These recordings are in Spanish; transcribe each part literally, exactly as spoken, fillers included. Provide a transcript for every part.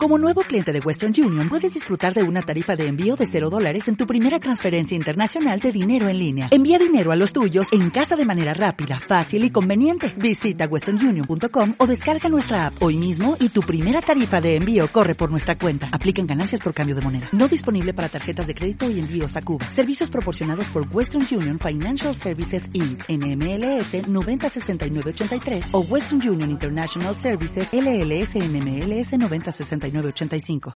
Como nuevo cliente de Western Union, puedes disfrutar de una tarifa de envío de cero dólares en tu primera transferencia internacional de dinero en línea. Envía dinero a los tuyos en casa de manera rápida, fácil y conveniente. Visita western union punto com o descarga nuestra app hoy mismo y tu primera tarifa de envío corre por nuestra cuenta. Aplican ganancias por cambio de moneda. No disponible para tarjetas de crédito y envíos a Cuba. Servicios proporcionados por Western Union Financial Services incorporated. N M L S noventa sesenta y nueve ochenta y tres o Western Union International Services L L S N M L S noventa sesenta y nueve ochenta y cinco.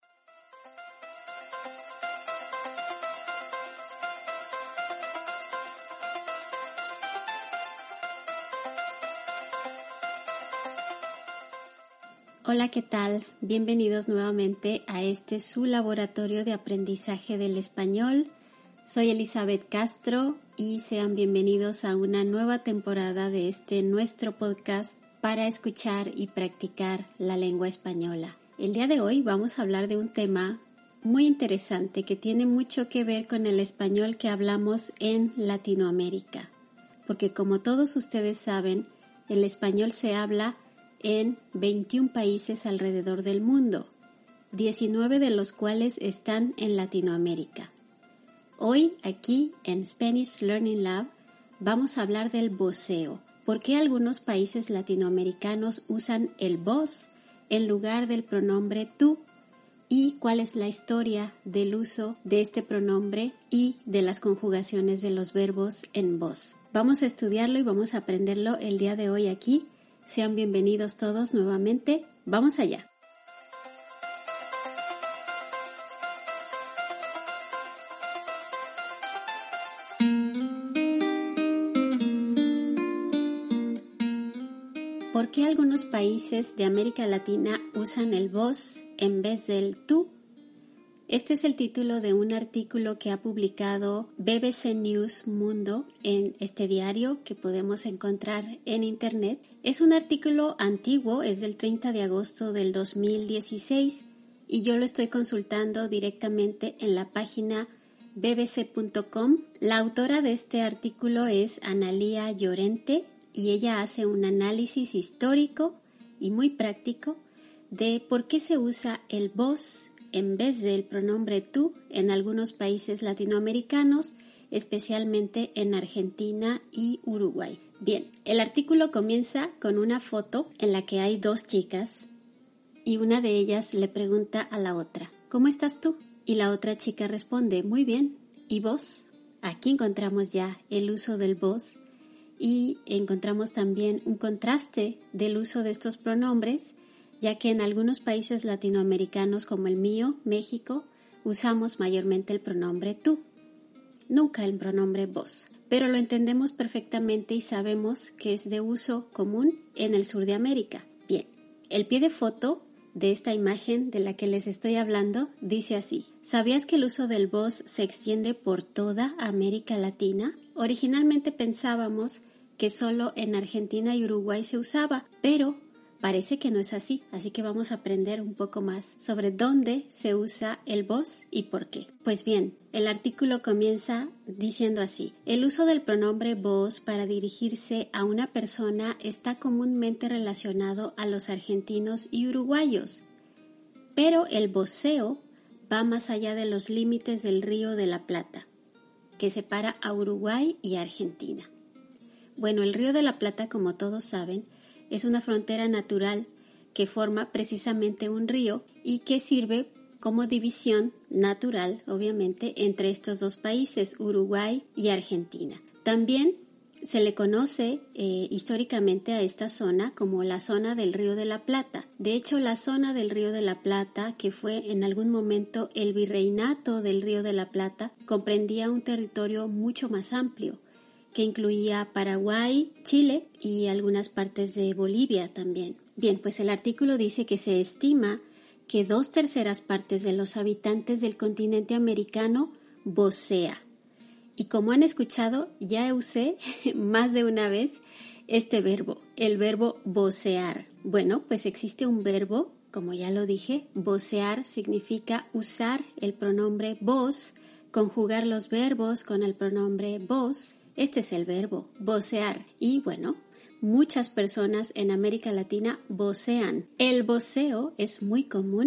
Hola, ¿qué tal? Bienvenidos nuevamente a este su laboratorio de aprendizaje del español. Soy Elizabeth Castro y sean bienvenidos a una nueva temporada de este nuestro podcast para escuchar y practicar la lengua española. El día de hoy vamos a hablar de un tema muy interesante que tiene mucho que ver con el español que hablamos en Latinoamérica, porque como todos ustedes saben, el español se habla en veintiún países alrededor del mundo, diecinueve de los cuales están en Latinoamérica. Hoy, aquí en Spanish Learning Lab, vamos a hablar del voceo. ¿Por qué algunos países latinoamericanos usan el vos en lugar del pronombre tú? ¿Y cuál es la historia del uso de este pronombre y de las conjugaciones de los verbos en vos? Vamos a estudiarlo y vamos a aprenderlo el día de hoy aquí. Sean bienvenidos todos nuevamente. ¡Vamos allá! ¿Por qué algunos países de América Latina usan el vos en vez del tú? Este es el título de un artículo que ha publicado B B C News Mundo en este diario que podemos encontrar en internet. Es un artículo antiguo, es del treinta de agosto del dos mil dieciséis y yo lo estoy consultando directamente en la página b b c punto com. La autora de este artículo es Analía Llorente y ella hace un análisis histórico y muy práctico de por qué se usa el vos en vez del pronombre tú en algunos países latinoamericanos, especialmente en Argentina y Uruguay. Bien, el artículo comienza con una foto en la que hay dos chicas y una de ellas le pregunta a la otra, ¿cómo estás tú? Y la otra chica responde, muy bien, ¿y vos? Aquí encontramos ya el uso del vos y encontramos también un contraste del uso de estos pronombres, ya que en algunos países latinoamericanos como el mío, México, usamos mayormente el pronombre tú, nunca el pronombre vos, pero lo entendemos perfectamente y sabemos que es de uso común en el sur de América. Bien, el pie de foto de esta imagen de la que les estoy hablando dice así: ¿sabías que el uso del vos se extiende por toda América Latina? Originalmente pensábamos que solo en Argentina y Uruguay se usaba, pero parece que no es así, así que vamos a aprender un poco más sobre dónde se usa el vos y por qué. Pues bien, el artículo comienza diciendo así: el uso del pronombre vos para dirigirse a una persona está comúnmente relacionado a los argentinos y uruguayos, pero el voceo va más allá de los límites del Río de la Plata, que separa a Uruguay y Argentina. Bueno, el Río de la Plata, como todos saben, es una frontera natural que forma precisamente un río y que sirve como división natural, obviamente, entre estos dos países, Uruguay y Argentina. También se le conoce eh, históricamente a esta zona como la zona del Río de la Plata. De hecho, la zona del Río de la Plata, que fue en algún momento el virreinato del Río de la Plata, comprendía un territorio mucho más amplio, que incluía Paraguay, Chile y algunas partes de Bolivia también. Bien, pues el artículo dice que se estima que dos terceras partes de los habitantes del continente americano vocea. Y como han escuchado, ya usé más de una vez este verbo, el verbo vocear. Bueno, pues existe un verbo, como ya lo dije, vocear significa usar el pronombre vos, conjugar los verbos con el pronombre vos. Este es el verbo, vocear. Y bueno, muchas personas en América Latina vocean. El voceo es muy común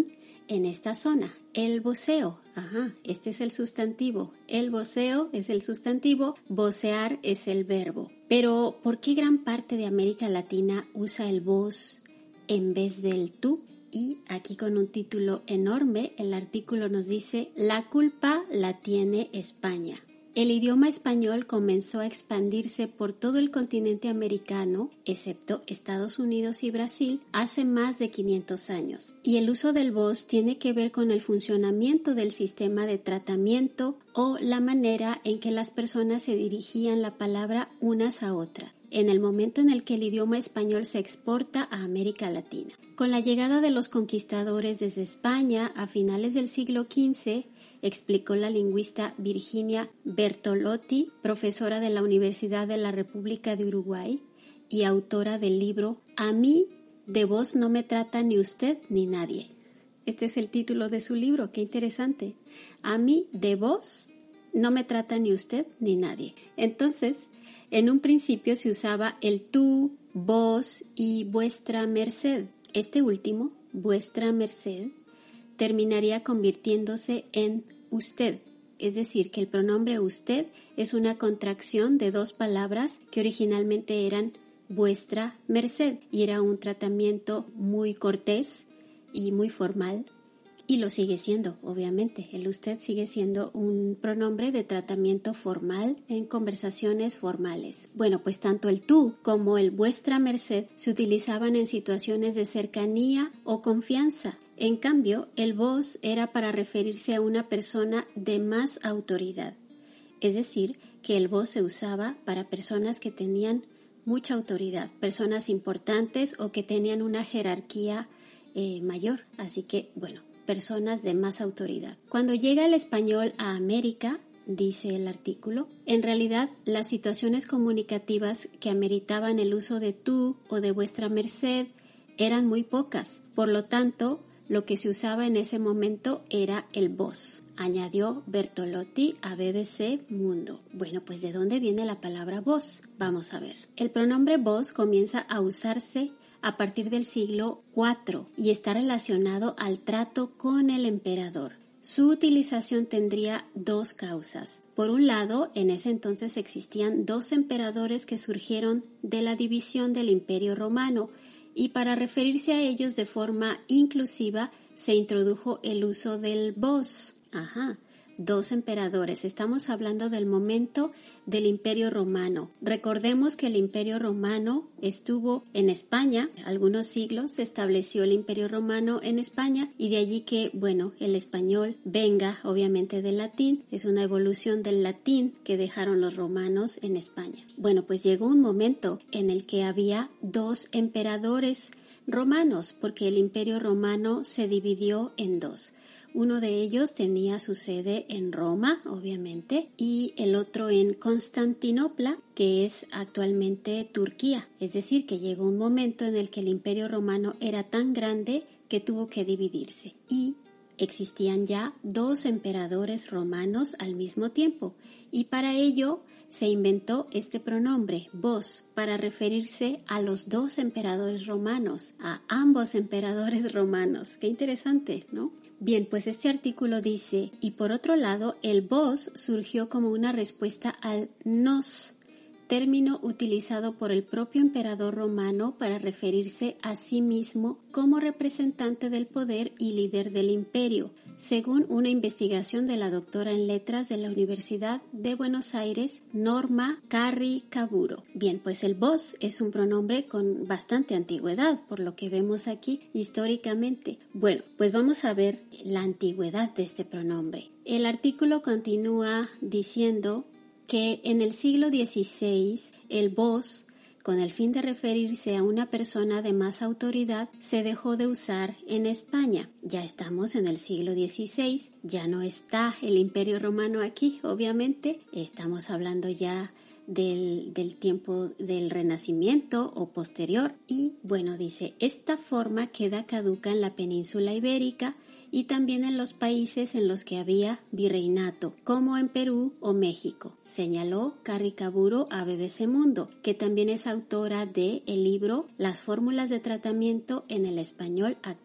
en esta zona. El voceo, ajá, este es el sustantivo. El voceo es el sustantivo, vocear es el verbo. Pero, ¿por qué gran parte de América Latina usa el vos en vez del tú? Y aquí con un título enorme, el artículo nos dice: la culpa la tiene España. El idioma español comenzó a expandirse por todo el continente americano, excepto Estados Unidos y Brasil, hace más de quinientos años. Y el uso del vos tiene que ver con el funcionamiento del sistema de tratamiento o la manera en que las personas se dirigían la palabra unas a otras, en el momento en el que el idioma español se exporta a América Latina. Con la llegada de los conquistadores desde España a finales del siglo quince, explicó la lingüista Virginia Bertolotti, profesora de la Universidad de la República de Uruguay y autora del libro A mí de vos no me trata ni usted ni nadie. Este es el título de su libro, qué interesante. A mí de vos no me trata ni usted ni nadie. Entonces, en un principio se usaba el tú, vos y vuestra merced. Este último, vuestra merced, terminaría convirtiéndose en usted, es decir, que el pronombre usted es una contracción de dos palabras que originalmente eran vuestra merced y era un tratamiento muy cortés y muy formal, y lo sigue siendo, obviamente. El usted sigue siendo un pronombre de tratamiento formal en conversaciones formales. Bueno, pues tanto el tú como el vuestra merced se utilizaban en situaciones de cercanía o confianza. En cambio, el vos era para referirse a una persona de más autoridad. Es decir, que el vos se usaba para personas que tenían mucha autoridad, personas importantes o que tenían una jerarquía eh, mayor. Así que, bueno, personas de más autoridad. Cuando llega el español a América, dice el artículo, en realidad las situaciones comunicativas que ameritaban el uso de tú o de vuestra merced eran muy pocas. Por lo tanto, lo que se usaba en ese momento era el vos, añadió Bertolotti a B B C Mundo. Bueno, pues ¿de dónde viene la palabra vos? Vamos a ver. El pronombre vos comienza a usarse a partir del siglo cuatro y está relacionado al trato con el emperador. Su utilización tendría dos causas. Por un lado, en ese entonces existían dos emperadores que surgieron de la división del Imperio Romano, y para referirse a ellos de forma inclusiva se introdujo el uso del vos. Ajá, dos emperadores. Estamos hablando del momento del Imperio Romano. Recordemos que el Imperio Romano estuvo en España algunos siglos, se estableció el Imperio Romano en España y de allí que, bueno, el español venga obviamente del latín, es una evolución del latín que dejaron los romanos en España. Bueno, pues llegó un momento en el que había dos emperadores romanos porque el Imperio Romano se dividió en dos. Uno de ellos tenía su sede en Roma, obviamente, y el otro en Constantinopla, que es actualmente Turquía. Es decir, que llegó un momento en el que el Imperio Romano era tan grande que tuvo que dividirse. Y existían ya dos emperadores romanos al mismo tiempo. Y para ello se inventó este pronombre, vos, para referirse a los dos emperadores romanos, a ambos emperadores romanos. Qué interesante, ¿no? Bien, pues este artículo dice, y por otro lado, el vos surgió como una respuesta al nos, término utilizado por el propio emperador romano para referirse a sí mismo como representante del poder y líder del imperio, según una investigación de la doctora en letras de la Universidad de Buenos Aires, Norma Carricaburo. Bien, pues el vos es un pronombre con bastante antigüedad, por lo que vemos aquí históricamente. Bueno, pues vamos a ver la antigüedad de este pronombre. El artículo continúa diciendo que en el siglo dieciséis el vos, con el fin de referirse a una persona de más autoridad, se dejó de usar en España. Ya estamos en el siglo dieciséis, ya no está el Imperio Romano aquí, obviamente, estamos hablando ya del, del tiempo del Renacimiento o posterior. Y bueno, dice, esta forma queda caduca en la península ibérica y también en los países en los que había virreinato, como en Perú o México, señaló Carricaburo a B B C Mundo, que también es autora de el libro Las fórmulas de tratamiento en el español actual.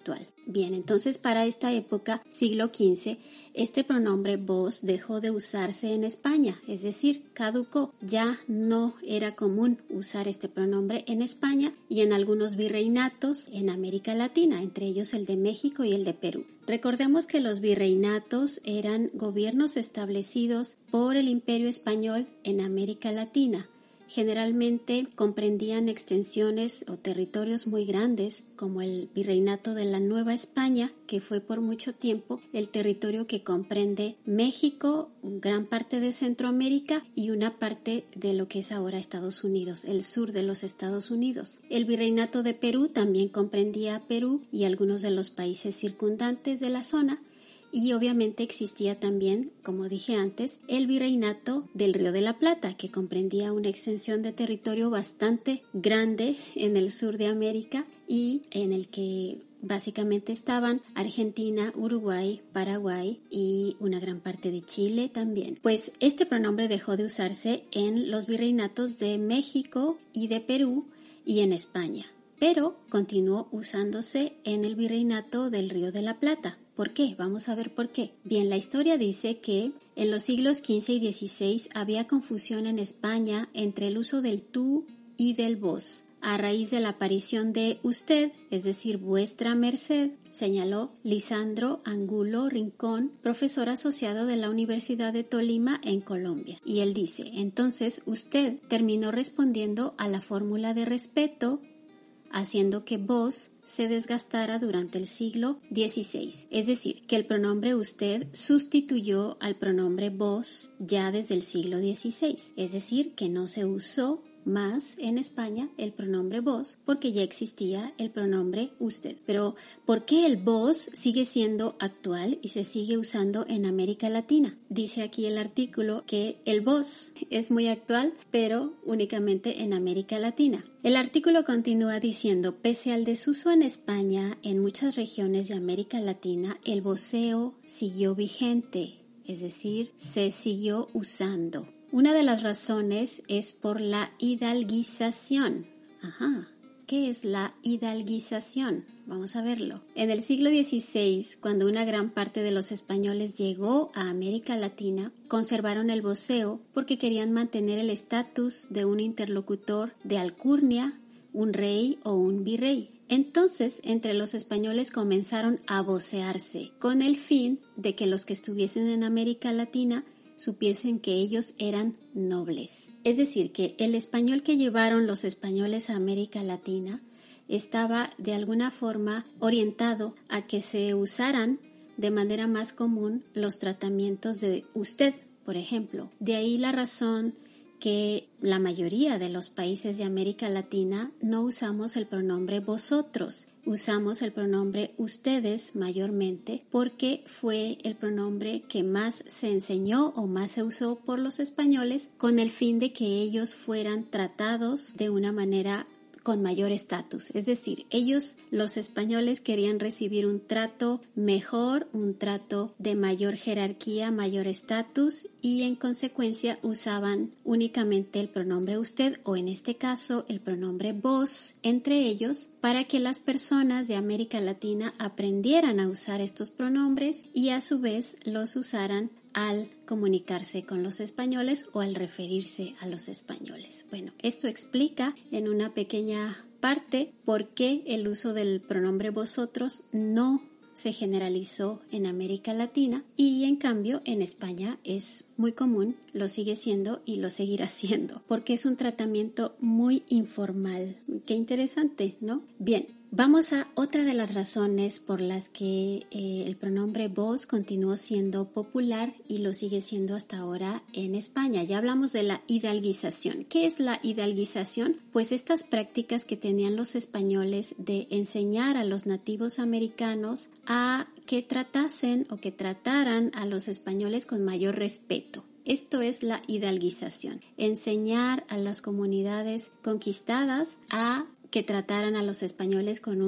Bien, entonces para esta época, siglo quince, este pronombre vos dejó de usarse en España, es decir, caducó. Ya no era común usar este pronombre en España y en algunos virreinatos en América Latina, entre ellos el de México y el de Perú. Recordemos que los virreinatos eran gobiernos establecidos por el Imperio Español en América Latina. Generalmente comprendían extensiones o territorios muy grandes, como el Virreinato de la Nueva España, que fue por mucho tiempo el territorio que comprende México, gran parte de Centroamérica y una parte de lo que es ahora Estados Unidos, el sur de los Estados Unidos. El Virreinato de Perú también comprendía Perú y algunos de los países circundantes de la zona. Y obviamente existía también, como dije antes, el virreinato del Río de la Plata, que comprendía una extensión de territorio bastante grande en el sur de América y en el que básicamente estaban Argentina, Uruguay, Paraguay y una gran parte de Chile también. Pues este pronombre dejó de usarse en los virreinatos de México y de Perú y en España, pero continuó usándose en el virreinato del Río de la Plata. ¿Por qué? Vamos a ver por qué. Bien, la historia dice que en los siglos quince y dieciséis había confusión en España entre el uso del tú y del vos. A raíz de la aparición de usted, es decir, vuestra merced, señaló Lisandro Angulo Rincón, profesor asociado de la Universidad de Tolima en Colombia. Y él dice, entonces usted terminó respondiendo a la fórmula de respeto, haciendo que vos se desgastara durante el siglo dieciséis. Es decir, que el pronombre usted sustituyó al pronombre vos ya desde el siglo dieciséis. Es decir, que no se usó más en España el pronombre vos porque ya existía el pronombre usted. Pero ¿por qué el vos sigue siendo actual y se sigue usando en América Latina? Dice aquí el artículo que el vos es muy actual, pero únicamente en América Latina. El artículo continúa diciendo, pese al desuso en España, en muchas regiones de América Latina, el voceo siguió vigente, es decir, se siguió usando. Una de las razones es por la hidalguización. Ajá, ¿qué es la hidalguización? Vamos a verlo. En el siglo dieciséis, cuando una gran parte de los españoles llegó a América Latina, conservaron el voceo porque querían mantener el estatus de un interlocutor de alcurnia, un rey o un virrey. Entonces, entre los españoles comenzaron a vocearse con el fin de que los que estuviesen en América Latina supiesen que ellos eran nobles. Es decir, que el español que llevaron los españoles a América Latina estaba de alguna forma orientado a que se usaran de manera más común los tratamientos de usted, por ejemplo. De ahí la razón que la mayoría de los países de América Latina no usamos el pronombre vosotros. Usamos el pronombre ustedes mayormente porque fue el pronombre que más se enseñó o más se usó por los españoles con el fin de que ellos fueran tratados de una manera con mayor estatus. Es decir, ellos, los españoles, querían recibir un trato mejor, un trato de mayor jerarquía, mayor estatus y en consecuencia usaban únicamente el pronombre usted o en este caso el pronombre vos entre ellos para que las personas de América Latina aprendieran a usar estos pronombres y a su vez los usaran al comunicarse con los españoles o al referirse a los españoles. Bueno, esto explica en una pequeña parte por qué el uso del pronombre vosotros no se generalizó en América Latina y en cambio en España es muy común, lo sigue siendo y lo seguirá siendo, porque es un tratamiento muy informal. Qué interesante, ¿no? Bien. Vamos a otra de las razones por las que eh, el pronombre vos continuó siendo popular y lo sigue siendo hasta ahora en España. Ya hablamos de la hidalguización. ¿Qué es la hidalguización? Pues estas prácticas que tenían los españoles de enseñar a los nativos americanos a que tratasen o que trataran a los españoles con mayor respeto. Esto es la hidalguización, enseñar a las comunidades conquistadas a que trataran a los españoles con un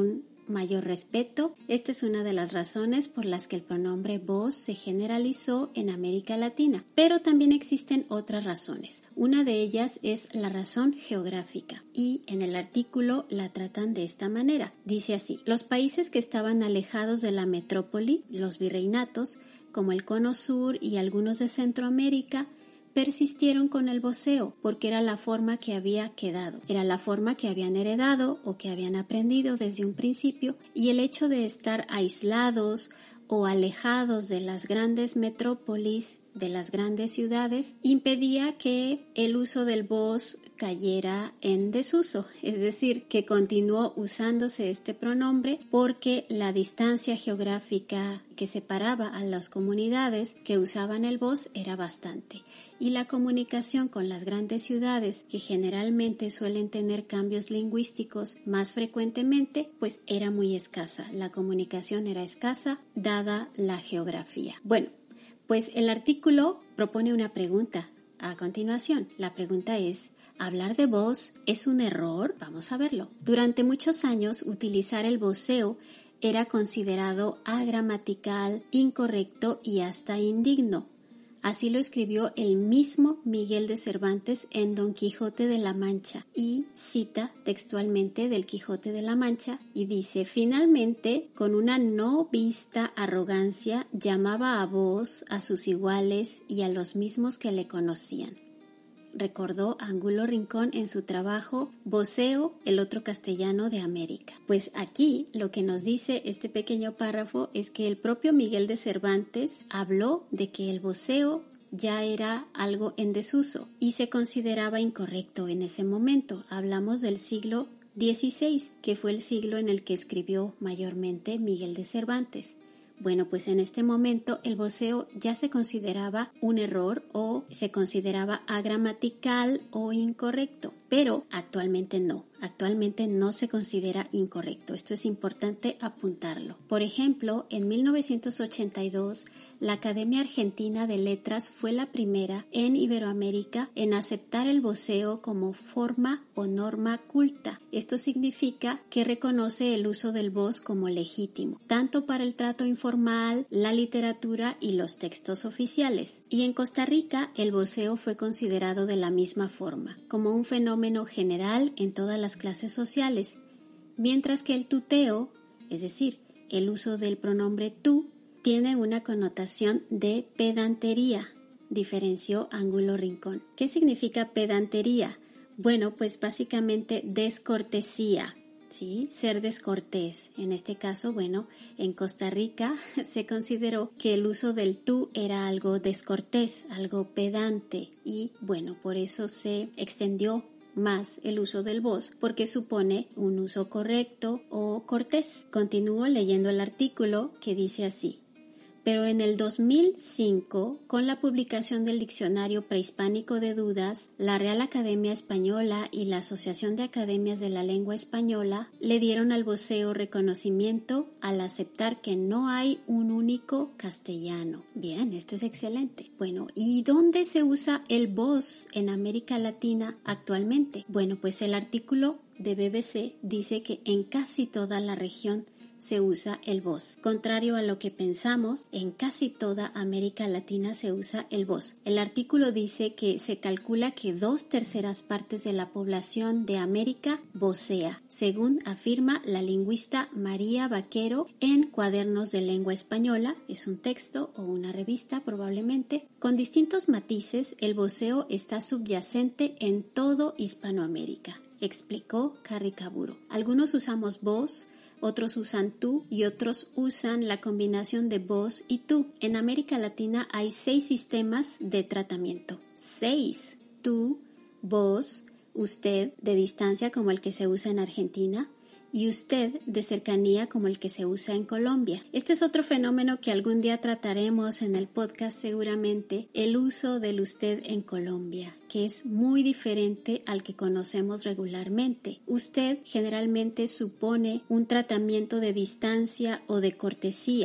mayor respeto. Esta es una de las razones por las que el pronombre vos se generalizó en América Latina, pero también existen otras razones. Una de ellas es la razón geográfica y en el artículo la tratan de esta manera. Dice así: los países que estaban alejados de la metrópoli, los virreinatos, como el Cono Sur y algunos de Centroamérica, persistieron con el voceo porque era la forma que había quedado, era la forma que habían heredado o que habían aprendido desde un principio, y el hecho de estar aislados o alejados de las grandes metrópolis, de las grandes ciudades, impedía que el uso del vos cayera en desuso, es decir, que continuó usándose este pronombre porque la distancia geográfica que separaba a las comunidades que usaban el vos era bastante, y la comunicación con las grandes ciudades, que generalmente suelen tener cambios lingüísticos más frecuentemente, pues era muy escasa. La comunicación era escasa dada la geografía. Bueno, pues el artículo propone una pregunta a continuación. La pregunta es: ¿hablar de vos es un error? Vamos a verlo. Durante muchos años, utilizar el voceo era considerado agramatical, incorrecto y hasta indigno. Así lo escribió el mismo Miguel de Cervantes en Don Quijote de la Mancha, y cita textualmente del Quijote de la Mancha y dice: finalmente, con una no vista arrogancia, llamaba a vos a sus iguales y a los mismos que le conocían. Recordó Angulo Rincón en su trabajo Voceo, el otro castellano de América. Pues aquí lo que nos dice este pequeño párrafo es que el propio Miguel de Cervantes habló de que el voceo ya era algo en desuso y se consideraba incorrecto en ese momento. Hablamos del siglo dieciséis, que fue el siglo en el que escribió mayormente Miguel de Cervantes. Bueno, pues en este momento el voceo ya se consideraba un error o se consideraba agramatical o incorrecto, pero actualmente no. Actualmente no se considera incorrecto. Esto es importante apuntarlo. Por ejemplo, en mil novecientos ochenta y dos, la Academia Argentina de Letras fue la primera en Iberoamérica en aceptar el voceo como forma o norma culta. Esto significa que reconoce el uso del vos como legítimo, tanto para el trato informal, la literatura y los textos oficiales. Y en Costa Rica, el voceo fue considerado de la misma forma, como un fenómeno general en todas las clases sociales, mientras que el tuteo, es decir, el uso del pronombre tú, tiene una connotación de pedantería, diferenció Angulo Rincón. ¿Qué significa pedantería? Bueno, pues básicamente descortesía, ¿sí? Ser descortés. En este caso, bueno, en Costa Rica se consideró que el uso del tú era algo descortés, algo pedante, y bueno, por eso se extendió más el uso del vos, porque supone un uso correcto o cortés. Continúo leyendo el artículo que dice así: pero en el dos mil cinco, con la publicación del Diccionario Prehispánico de Dudas, la Real Academia Española y la Asociación de Academias de la Lengua Española le dieron al voceo reconocimiento al aceptar que no hay un único castellano. Bien, esto es excelente. Bueno, ¿y dónde se usa el vos en América Latina actualmente? Bueno, pues el artículo de B B C dice que en casi toda la región se usa el vos. Contrario a lo que pensamos, en casi toda América Latina se usa el vos. El artículo dice que se calcula que dos terceras partes de la población de América vocea, según afirma la lingüista María Vaquero en Cuadernos de Lengua Española. Es un texto o una revista probablemente. Con distintos matices, el voceo está subyacente en todo Hispanoamérica, explicó Carricaburo. Algunos usamos vos, otros usan tú y otros usan la combinación de vos y tú. En América Latina hay seis sistemas de tratamiento. Seis. Tú, vos, usted de distancia como el que se usa en Argentina y usted de cercanía como el que se usa en Colombia. Este es otro fenómeno que algún día trataremos en el podcast seguramente, el uso del usted en Colombia, que es muy diferente al que conocemos regularmente. Usted generalmente supone un tratamiento de distancia o de cortesía.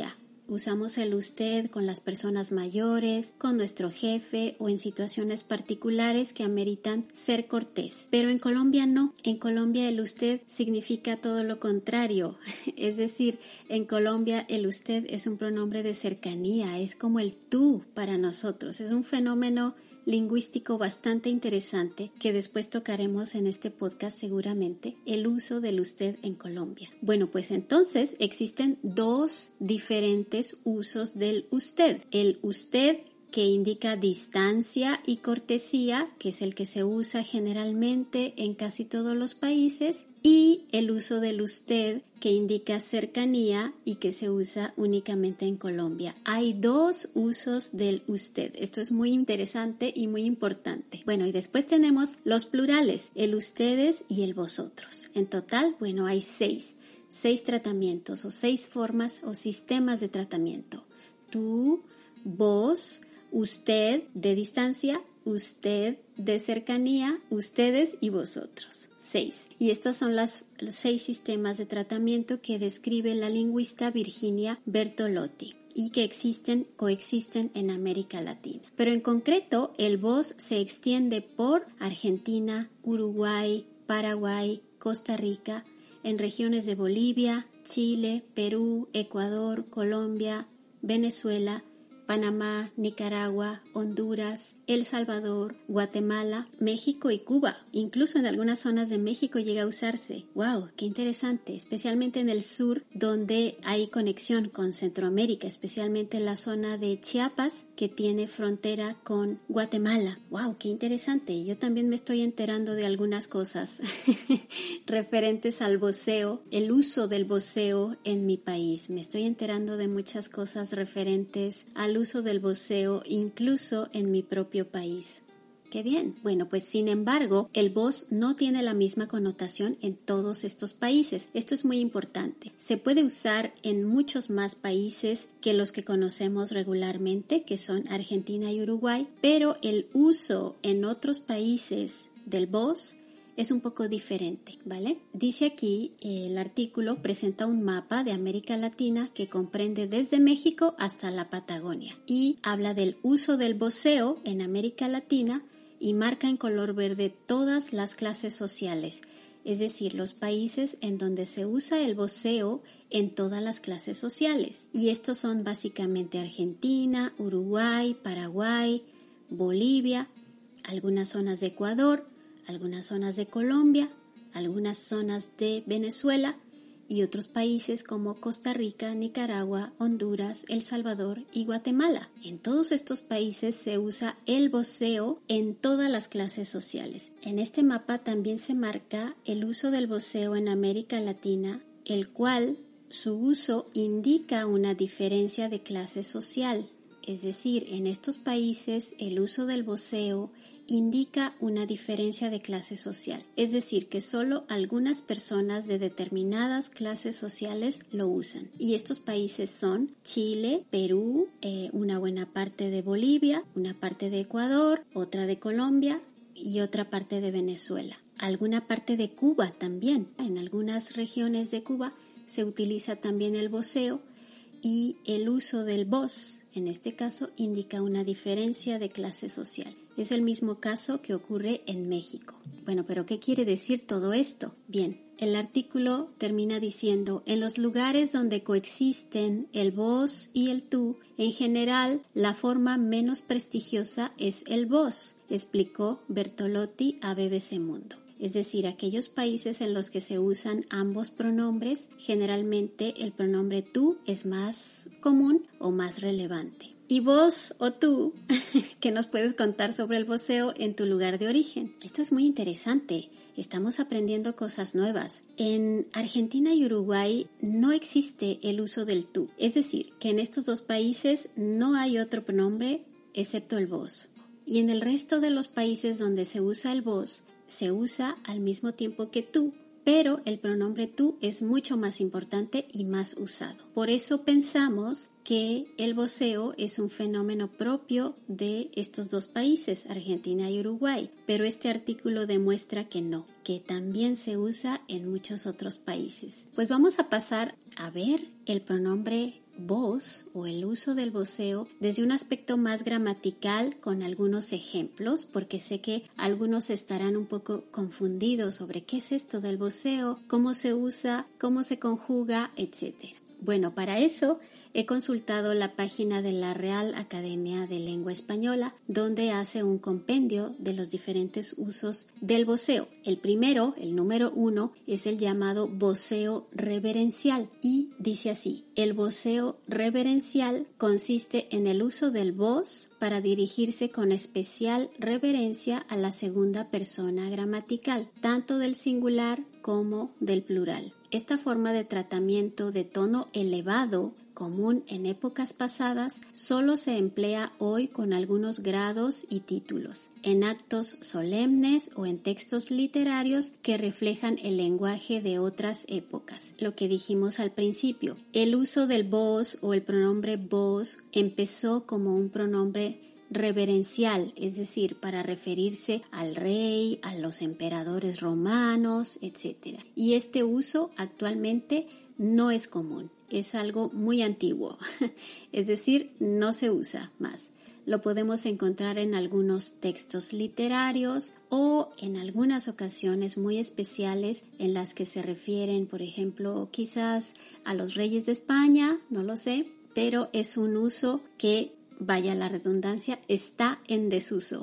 usamos el usted con las personas mayores, con nuestro jefe o en situaciones particulares que ameritan ser cortés. Pero en Colombia no. En Colombia el usted significa todo lo contrario. Es decir, en Colombia el usted es un pronombre de cercanía, es como el tú para nosotros. Es un fenómeno lingüístico bastante interesante que después tocaremos en este podcast seguramente, el uso del usted en Colombia. Bueno, pues entonces existen dos diferentes usos del usted. El usted que indica distancia y cortesía, que es el que se usa generalmente en casi todos los países, y el uso del usted que indica cercanía y que se usa únicamente en Colombia. Hay dos usos del usted. Esto es muy interesante y muy importante. Bueno, y después tenemos los plurales, el ustedes y el vosotros. En total, bueno, hay seis, seis tratamientos o seis formas o sistemas de tratamiento. Tú, vos, usted de distancia, usted de cercanía, ustedes y vosotros. Seis. Y estos son las, los seis sistemas de tratamiento que describe la lingüista Virginia Bertolotti y que existen, coexisten en América Latina. Pero en concreto, el vos se extiende por Argentina, Uruguay, Paraguay, Costa Rica, en regiones de Bolivia, Chile, Perú, Ecuador, Colombia, Venezuela, Panamá, Nicaragua, Honduras, El Salvador, Guatemala, México y Cuba. Incluso en algunas zonas de México llega a usarse. ¡Wow! ¡Qué interesante! Especialmente en el sur, donde hay conexión con Centroamérica, especialmente en la zona de Chiapas, que tiene frontera con Guatemala. ¡Wow! ¡Qué interesante! Yo también me estoy enterando de algunas cosas referentes al voceo, el uso del voceo en mi país. Me estoy enterando de muchas cosas referentes al uso del voceo incluso en mi propio país. ¡Qué bien! Bueno, pues sin embargo, el vos no tiene la misma connotación en todos estos países. Esto es muy importante. Se puede usar en muchos más países que los que conocemos regularmente, que son Argentina y Uruguay, pero el uso en otros países del vos es un poco diferente, ¿vale? Dice aquí, el artículo presenta un mapa de América Latina que comprende desde México hasta la Patagonia y habla del uso del voceo en América Latina y marca en color verde todas las clases sociales, es decir, los países en donde se usa el voceo en todas las clases sociales. Y estos son básicamente Argentina, Uruguay, Paraguay, Bolivia, algunas zonas de Ecuador, algunas zonas de Colombia, algunas zonas de Venezuela y otros países como Costa Rica, Nicaragua, Honduras, El Salvador y Guatemala. En todos estos países se usa el voceo en todas las clases sociales. En este mapa también se marca el uso del voceo en América Latina, el cual su uso indica una diferencia de clase social. Es decir, en estos países el uso del voceo indica una diferencia de clase social, es decir, que solo algunas personas de determinadas clases sociales lo usan. Y estos países son Chile, Perú, eh, una buena parte de Bolivia, una parte de Ecuador, otra de Colombia y otra parte de Venezuela. Alguna parte de Cuba también. En algunas regiones de Cuba se utiliza también el voceo y el uso del vos, en este caso, indica una diferencia de clase social. Es el mismo caso que ocurre en México. Bueno, pero ¿qué quiere decir todo esto? Bien, el artículo termina diciendo, en los lugares donde coexisten el vos y el tú, en general, la forma menos prestigiosa es el vos, explicó Bertolotti a B B C Mundo. Es decir, aquellos países en los que se usan ambos pronombres, generalmente el pronombre tú es más común o más relevante. Y vos o tú, ¿qué nos puedes contar sobre el voceo en tu lugar de origen? Esto es muy interesante. Estamos aprendiendo cosas nuevas. En Argentina y Uruguay no existe el uso del tú. Es decir, que en estos dos países no hay otro pronombre excepto el vos. Y en el resto de los países donde se usa el vos, se usa al mismo tiempo que tú, pero el pronombre tú es mucho más importante y más usado. Por eso pensamos que el voceo es un fenómeno propio de estos dos países, Argentina y Uruguay, pero este artículo demuestra que no, que también se usa en muchos otros países. Pues vamos a pasar a ver el pronombre vos o el uso del voceo desde un aspecto más gramatical con algunos ejemplos, porque sé que algunos estarán un poco confundidos sobre qué es esto del voceo, cómo se usa, cómo se conjuga, etcétera. Bueno, para eso he consultado la página de la Real Academia de Lengua Española, donde hace un compendio de los diferentes usos del voceo. El primero, el número uno, es el llamado voceo reverencial y dice así: el voceo reverencial consiste en el uso del vos para dirigirse con especial reverencia a la segunda persona gramatical, tanto del singular como del plural. Esta forma de tratamiento de tono elevado, común en épocas pasadas, solo se emplea hoy con algunos grados y títulos, en actos solemnes o en textos literarios que reflejan el lenguaje de otras épocas. Lo que dijimos al principio, el uso del vos o el pronombre vos empezó como un pronombre reverencial, es decir, para referirse al rey, a los emperadores romanos, etcétera. Y este uso actualmente no es común, es algo muy antiguo, es decir, no se usa más. Lo podemos encontrar en algunos textos literarios o en algunas ocasiones muy especiales en las que se refieren, por ejemplo, quizás a los reyes de España, no lo sé, pero es un uso que, vaya la redundancia, está en desuso.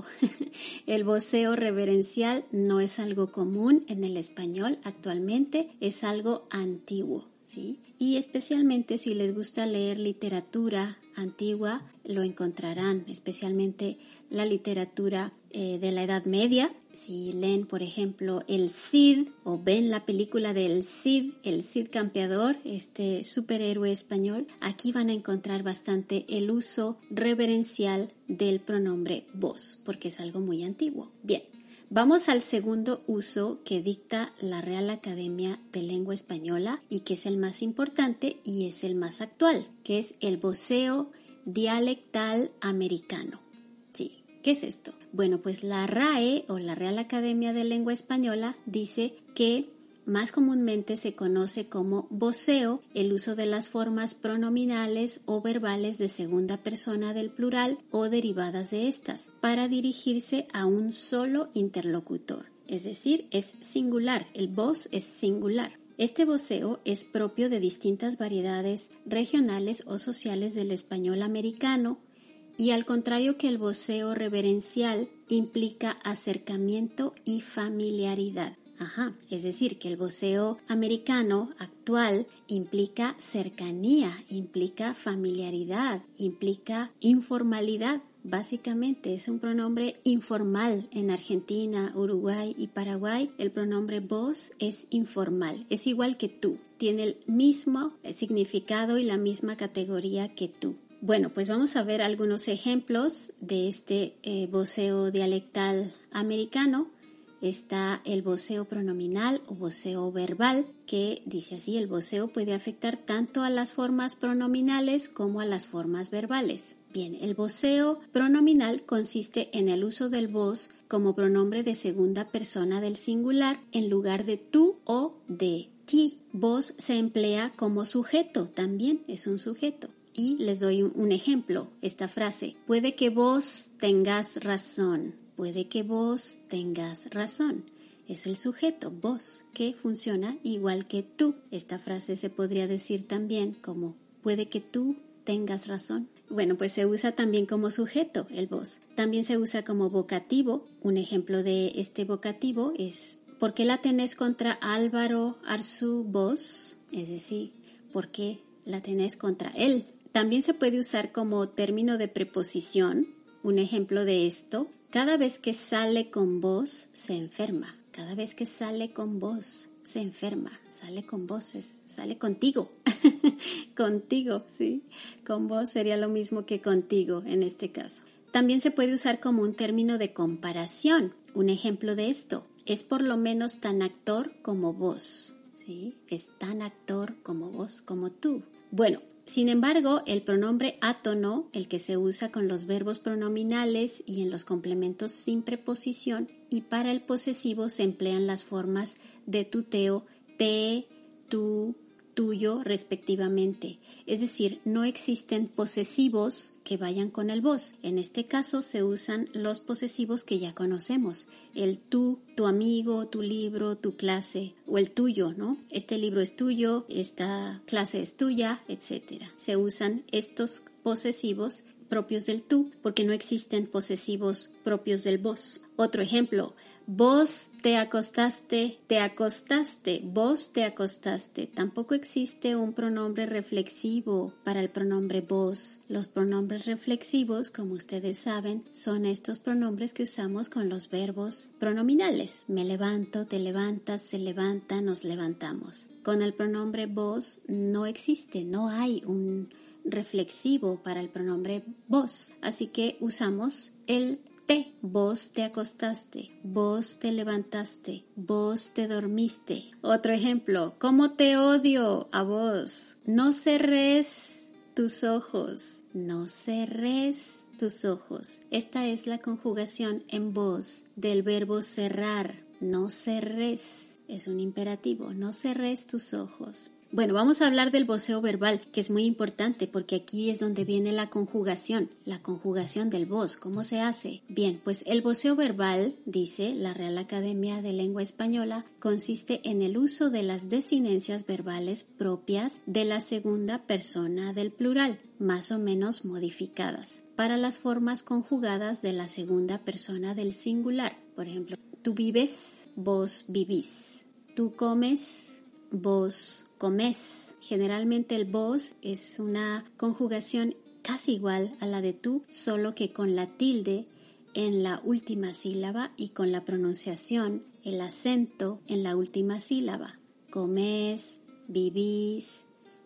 El voceo reverencial no es algo común en el español actualmente, es algo antiguo, ¿sí? Y especialmente si les gusta leer literatura antigua, lo encontrarán, especialmente la literatura eh, de la Edad Media. Si leen, por ejemplo, El Cid o ven la película del Cid, el Cid Campeador, este superhéroe español, aquí van a encontrar bastante el uso reverencial del pronombre vos, porque es algo muy antiguo. Bien, vamos al segundo uso que dicta la Real Academia de Lengua Española y que es el más importante y es el más actual, que es el voceo dialectal americano. Sí, ¿qué es esto? Bueno, pues la R A E o la Real Academia de Lengua Española dice que más comúnmente se conoce como voceo el uso de las formas pronominales o verbales de segunda persona del plural o derivadas de estas para dirigirse a un solo interlocutor, es decir, es singular, el vos es singular. Este voceo es propio de distintas variedades regionales o sociales del español americano y, al contrario que el voceo reverencial, implica acercamiento y familiaridad. Ajá, es decir, que el voceo americano actual implica cercanía, implica familiaridad, implica informalidad. Básicamente es un pronombre informal. En Argentina, Uruguay y Paraguay el pronombre vos es informal, es igual que tú, tiene el mismo significado y la misma categoría que tú. Bueno, pues vamos a ver algunos ejemplos de este eh, voceo dialectal americano. Está el voceo pronominal o voceo verbal, que dice así: el voceo puede afectar tanto a las formas pronominales como a las formas verbales. Bien, el voceo pronominal consiste en el uso del vos como pronombre de segunda persona del singular en lugar de tú o de ti. Vos se emplea como sujeto, también es un sujeto. Y les doy un ejemplo, esta frase: puede que vos tengas razón. Puede que vos tengas razón. Es el sujeto, vos, que funciona igual que tú. Esta frase se podría decir también como puede que tú tengas razón. Bueno, pues se usa también como sujeto, el vos. También se usa como vocativo. Un ejemplo de este vocativo es: ¿por qué la tenés contra Álvaro Arzú vos? Es decir, ¿por qué la tenés contra él? También se puede usar como término de preposición. Un ejemplo de esto: cada vez que sale con vos, se enferma. Cada vez que sale con vos, se enferma. Sale con vos, es, sale contigo. Contigo, ¿sí? Con vos sería lo mismo que contigo en este caso. También se puede usar como un término de comparación. Un ejemplo de esto: es por lo menos tan actor como vos. ¿Sí? Es tan actor como vos, como tú. Bueno, sin embargo, el pronombre átono, el que se usa con los verbos pronominales y en los complementos sin preposición, y para el posesivo se emplean las formas de tuteo te, tú, tuyo respectivamente. Es decir, no existen posesivos que vayan con el vos. En este caso se usan los posesivos que ya conocemos. El tú, tu amigo, tu libro, tu clase o el tuyo, ¿no? Este libro es tuyo, esta clase es tuya, etcétera. Se usan estos posesivos propios del tú porque no existen posesivos propios del vos. Otro ejemplo, vos te acostaste, te acostaste, vos te acostaste. Tampoco existe un pronombre reflexivo para el pronombre vos. Los pronombres reflexivos, como ustedes saben, son estos pronombres que usamos con los verbos pronominales. Me levanto, te levantas, se levanta, nos levantamos. Con el pronombre vos no existe, no hay un reflexivo para el pronombre vos. Así que usamos el te. Vos te acostaste, vos te levantaste, vos te dormiste. Otro ejemplo, ¿cómo te odio a vos? No cerres tus ojos, no cerres tus ojos. Esta es la conjugación en vos del verbo cerrar. No cerres, es un imperativo, no cerres tus ojos. Bueno, vamos a hablar del voceo verbal, que es muy importante porque aquí es donde viene la conjugación, la conjugación del vos. ¿Cómo se hace? Bien, pues el voceo verbal, dice la Real Academia de Lengua Española, consiste en el uso de las desinencias verbales propias de la segunda persona del plural, más o menos modificadas, para las formas conjugadas de la segunda persona del singular. Por ejemplo, tú vives, vos vivís. Tú comes, vos comes. Generalmente el vos es una conjugación casi igual a la de tú, solo que con la tilde en la última sílaba y con la pronunciación, el acento en la última sílaba. Comes, vivís,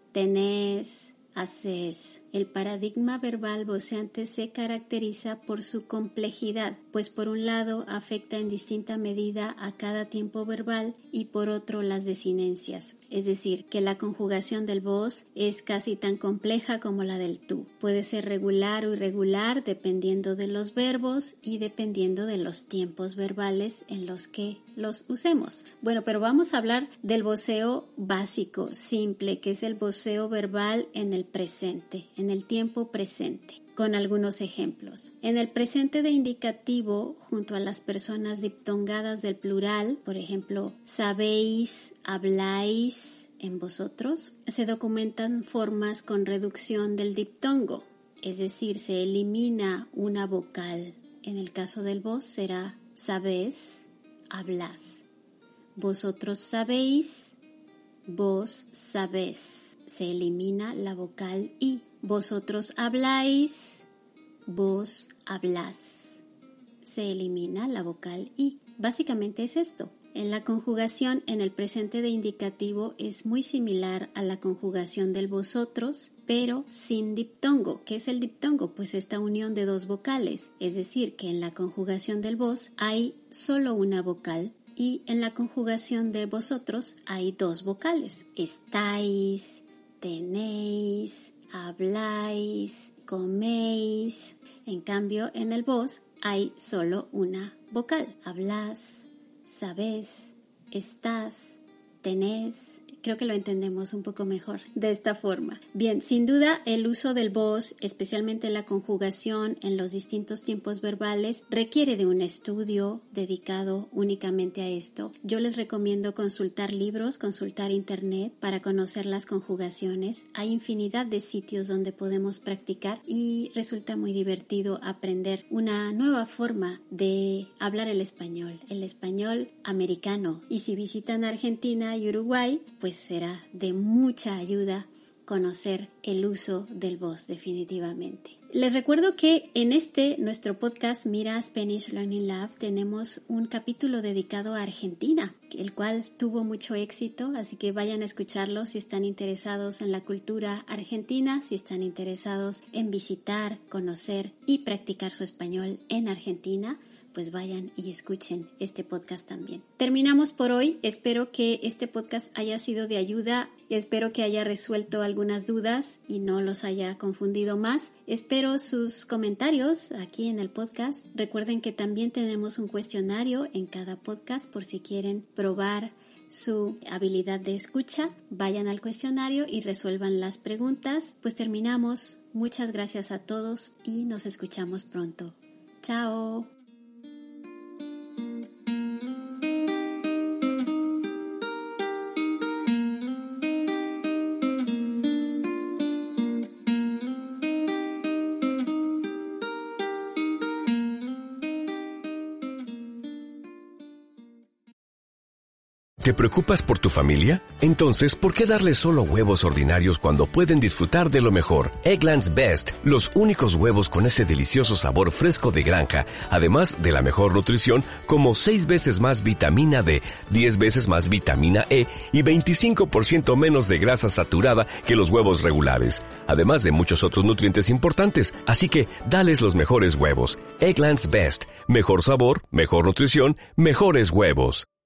tenés, haces. El paradigma verbal voceante se caracteriza por su complejidad, pues por un lado afecta en distinta medida a cada tiempo verbal y por otro las desinencias. Es decir, que la conjugación del vos es casi tan compleja como la del tú. Puede ser regular o irregular dependiendo de los verbos y dependiendo de los tiempos verbales en los que los usemos. Bueno, pero vamos a hablar del voceo básico, simple, que es el voceo verbal en el presente, en el tiempo presente, con algunos ejemplos. En el presente de indicativo, junto a las personas diptongadas del plural, por ejemplo, sabéis, habláis, en vosotros, se documentan formas con reducción del diptongo, es decir, se elimina una vocal. En el caso del vos será sabés, hablas. Vosotros sabéis, vos sabés. Se elimina la vocal i. Vosotros habláis, vos hablás. Se elimina la vocal i. Básicamente es esto. En la conjugación en el presente de indicativo es muy similar a la conjugación del vosotros, pero sin diptongo. ¿Qué es el diptongo? Pues esta unión de dos vocales. Es decir, que en la conjugación del vos hay solo una vocal y en la conjugación de vosotros hay dos vocales. Estáis, tenéis, habláis, coméis. En cambio, en el vos hay solo una vocal. Hablas, sabes, estás, tenés. Creo que lo entendemos un poco mejor de esta forma. Bien, sin duda el uso del vos, especialmente la conjugación en los distintos tiempos verbales, requiere de un estudio dedicado únicamente a esto. Yo les recomiendo consultar libros, consultar internet para conocer las conjugaciones. Hay infinidad de sitios donde podemos practicar y resulta muy divertido aprender una nueva forma de hablar el español, el español americano. Y si visitan Argentina y Uruguay, pues será de mucha ayuda conocer el uso del vos definitivamente. Les recuerdo que en este, nuestro podcast Mira Spanish Learning Lab, tenemos un capítulo dedicado a Argentina, el cual tuvo mucho éxito, así que vayan a escucharlo si están interesados en la cultura argentina, si están interesados en visitar, conocer y practicar su español en Argentina. Pues vayan y escuchen este podcast también. Terminamos por hoy. Espero que este podcast haya sido de ayuda. Espero que haya resuelto algunas dudas y no los haya confundido más. Espero sus comentarios aquí en el podcast. Recuerden que también tenemos un cuestionario en cada podcast por si quieren probar su habilidad de escucha. Vayan al cuestionario y resuelvan las preguntas. Pues terminamos. Muchas gracias a todos y nos escuchamos pronto. ¡Chao! ¿Te preocupas por tu familia? Entonces, ¿por qué darles solo huevos ordinarios cuando pueden disfrutar de lo mejor? Eggland's Best, los únicos huevos con ese delicioso sabor fresco de granja, además de la mejor nutrición, como seis veces más vitamina D, diez veces más vitamina E y veinticinco por ciento menos de grasa saturada que los huevos regulares, además de muchos otros nutrientes importantes. Así que, dales los mejores huevos. Eggland's Best, mejor sabor, mejor nutrición, mejores huevos.